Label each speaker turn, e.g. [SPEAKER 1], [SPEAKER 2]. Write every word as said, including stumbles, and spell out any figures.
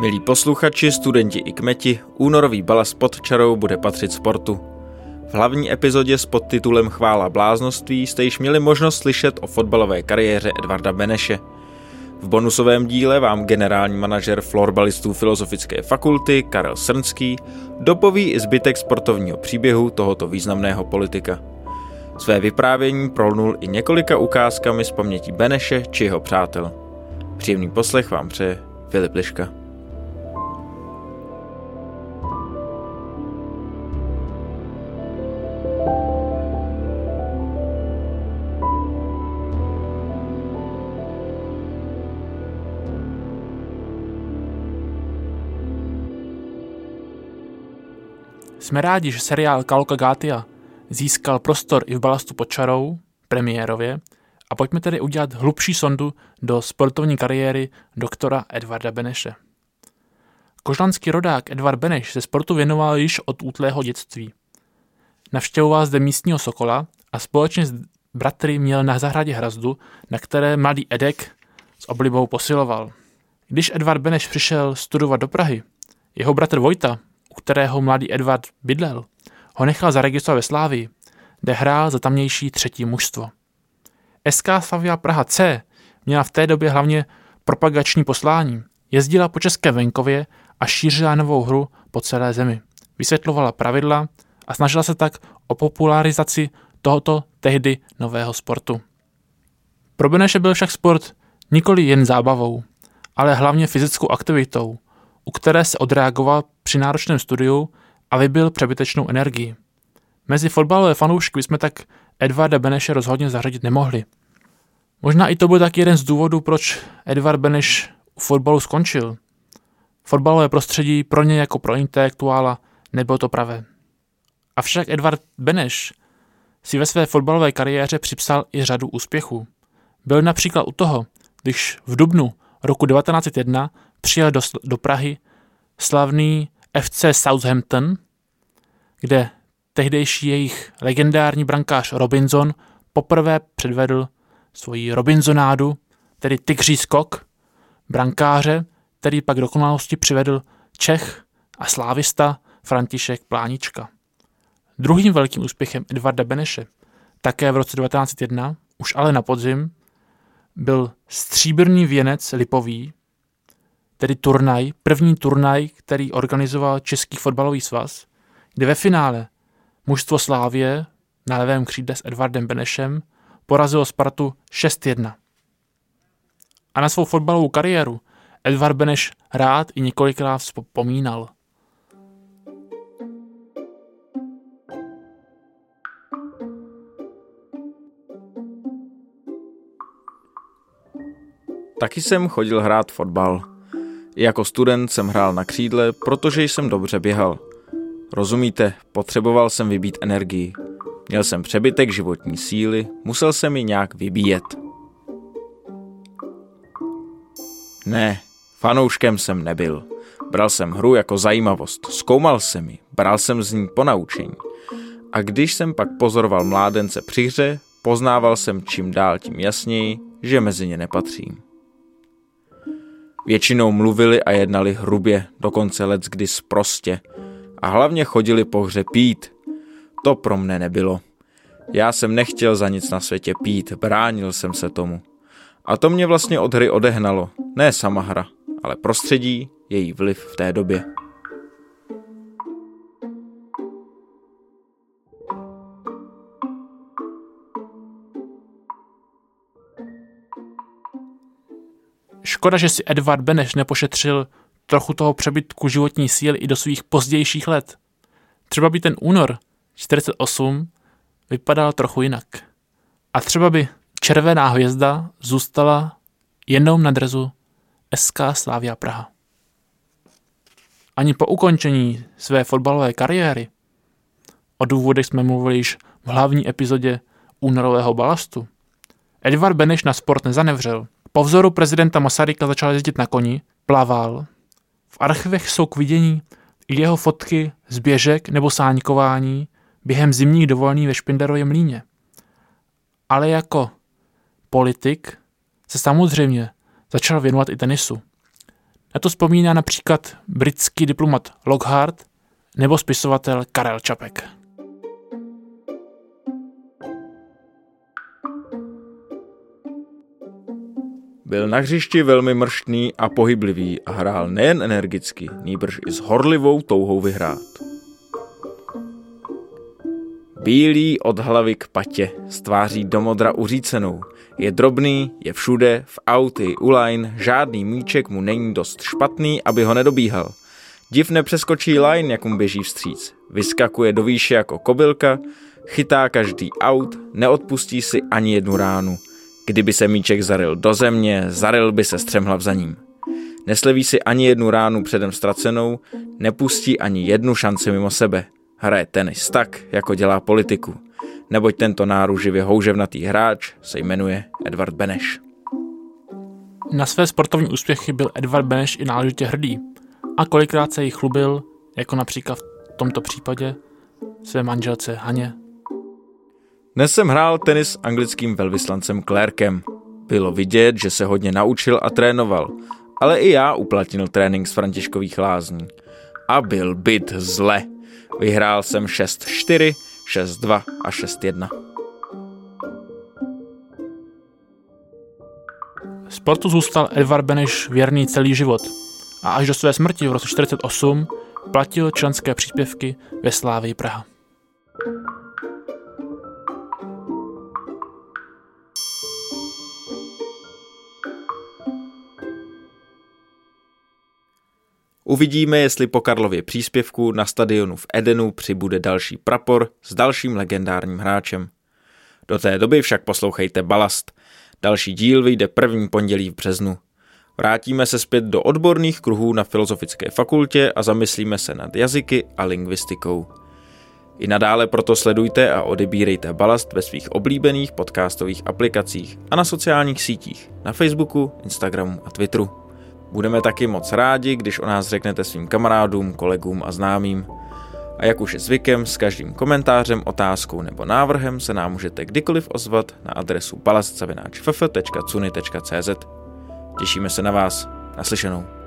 [SPEAKER 1] Milí posluchači, studenti i kmeti, únorový balast pod čarou bude patřit sportu. V hlavní epizodě s podtitulem Chvála bláznoství jste již měli možnost slyšet o fotbalové kariéře Edvarda Beneše. V bonusovém díle vám generální manažer florbalistů Filozofické fakulty Karel Srnský dopoví i zbytek sportovního příběhu tohoto významného politika. Své vyprávění prolnul i několika ukázkami z paměti Beneše či jeho přátel. Příjemný poslech vám přeje Filip Liška.
[SPEAKER 2] Jsme rádi, že seriál Kalka Gátia získal prostor i v Balastu pod čarou, premiérově, a pojďme tedy udělat hlubší sondu do sportovní kariéry doktora Edvarda Beneše. Kožlanský rodák Edvard Beneš se sportu věnoval již od útlého dětství. Navštěvoval zde místního sokola a společně s bratry měl na zahradě hrazdu, na které mladý Edek s oblibou posiloval. Když Edvard Beneš přišel studovat do Prahy, jeho bratr Vojta, u kterého mladý Edvard bydlel, ho nechal zaregistrovat ve Slávii, kde hrál za tamnější třetí mužstvo. S K Slavia Praha C měla v té době hlavně propagační poslání. Jezdila po české venkově a šířila novou hru po celé zemi. Vysvětlovala pravidla a snažila se tak o popularizaci tohoto tehdy nového sportu. Pro Beneše byl však sport nikoli jen zábavou, ale hlavně fyzickou aktivitou, u které se odreagoval při náročném studiu a vybil přebytečnou energii. Mezi fotbalové fanoušky jsme tak Edvarda Beneše rozhodně zařadit nemohli. Možná i to byl tak jeden z důvodů, proč Edvard Beneš u fotbalu skončil. Fotbalové prostředí pro něj jako pro intelektuála nebylo to pravé. Avšak Edvard Beneš si ve své fotbalové kariéře připsal i řadu úspěchů. Byl například u toho, když v dubnu roku devatenáct set jedna přijel do, do Prahy slavný F C Southampton, kde tehdejší jejich legendární brankář Robinson poprvé předvedl svoji Robinsonádu, tedy tygří skok, brankáře, který pak do konalosti přivedl Čech a slávista František Plánička. Druhým velkým úspěchem Edvarda Beneše, také v roce devatenáct set jedna, už ale na podzim, byl stříbrný věnec lipový, tedy turnaj, první turnaj, který organizoval Český fotbalový svaz, kde ve finále mužstvo Slávie na levém křídle s Edvardem Benešem porazilo Spartu šest jedna. A na svou fotbalovou kariéru Edvard Beneš rád i několikrát vzpomínal.
[SPEAKER 1] Taky jsem chodil hrát fotbal. I jako student jsem hrál na křídle, protože jsem dobře běhal. Rozumíte, potřeboval jsem vybít energii. Měl jsem přebytek životní síly, musel jsem ji nějak vybíjet. Ne, fanouškem jsem nebyl. Bral jsem hru jako zajímavost, zkoumal jsem ji, bral jsem z ní ponaučení. A když jsem pak pozoroval mládence při hře, poznával jsem čím dál tím jasněji, že mezi ně nepatřím. Většinou mluvili a jednali hrubě, dokonce leckdy sprostě. A hlavně chodili po hře pít. To pro mne nebylo. Já jsem nechtěl za nic na světě pít, bránil jsem se tomu. A to mě vlastně od hry odehnalo. Ne sama hra, ale prostředí, její vliv v té době.
[SPEAKER 2] Škoda, že si Edvard Beneš nepošetřil trochu toho přebytku životní síly i do svých pozdějších let. Třeba by ten únor čtyřicet osm vypadal trochu jinak. A třeba by červená hvězda zůstala jenom na drezu S K Slavia Praha. Ani po ukončení své fotbalové kariéry, o důvodech jsme mluvili již v hlavní epizodě únorového balastu, Edvard Beneš na sport nezanevřel. Po vzoru prezidenta Masaryka začal jezdit na koni, plaval. V archivech jsou k vidění i jeho fotky z běžek nebo sáňkování během zimních dovolených ve Špindlerově mlýně. Ale jako politik se samozřejmě začal věnovat i tenisu. Na to vzpomíná například britský diplomat Lockhart nebo spisovatel Karel Čapek.
[SPEAKER 1] Byl na hřišti velmi mrštný a pohyblivý a hrál nejen energicky, nýbrž i s horlivou touhou vyhrát. Bílý od hlavy k patě, s tváří do modra uřícenou. Je drobný, je všude, v autě i u line, žádný míček mu není dost špatný, aby ho nedobíhal. Div nepřeskočí line, jak mu běží vstříc. Vyskakuje do výše jako kobylka, chytá každý aut, neodpustí si ani jednu ránu. Kdyby se míček zaril do země, zaril by se střemhlav za ním. Nesleví si ani jednu ránu předem ztracenou, nepustí ani jednu šanci mimo sebe. Hraje tenis tak, jako dělá politiku. Neboť tento náruživě houževnatý hráč se jmenuje Edvard Beneš.
[SPEAKER 2] Na své sportovní úspěchy byl Edvard Beneš i náležitě hrdý a kolikrát se jí chlubil, jako například v tomto případě, své manželce Haně.
[SPEAKER 1] Dnes jsem hrál tenis s anglickým velvyslancem Clarkem. Bylo vidět, že se hodně naučil a trénoval, ale i já uplatnil trénink z Františkových Lázní. A byl bit zle. Vyhrál jsem šest čtyři, šest dva a šest jedna.
[SPEAKER 2] Sportu zůstal Edvard Beneš věrný celý život a až do své smrti v roce čtyřicet osm platil členské příspěvky ve Slavii Praha.
[SPEAKER 1] Uvidíme, jestli po Karlově příspěvku na stadionu v Edenu přibude další prapor s dalším legendárním hráčem. Do té doby však poslouchejte Balast. Další díl vyjde první pondělí v březnu. Vrátíme se zpět do odborných kruhů na Filozofické fakultě a zamyslíme se nad jazyky a lingvistikou. I nadále proto sledujte a odebírejte Balast ve svých oblíbených podcastových aplikacích a na sociálních sítích, na Facebooku, Instagramu a Twitteru. Budeme taky moc rádi, když o nás řeknete svým kamarádům, kolegům a známým. A jak už je zvykem, s každým komentářem, otázkou nebo návrhem se nám můžete kdykoliv ozvat na adresu balast zavináč f f tečka cuny tečka c z. Těšíme se na vás. Naslyšenou.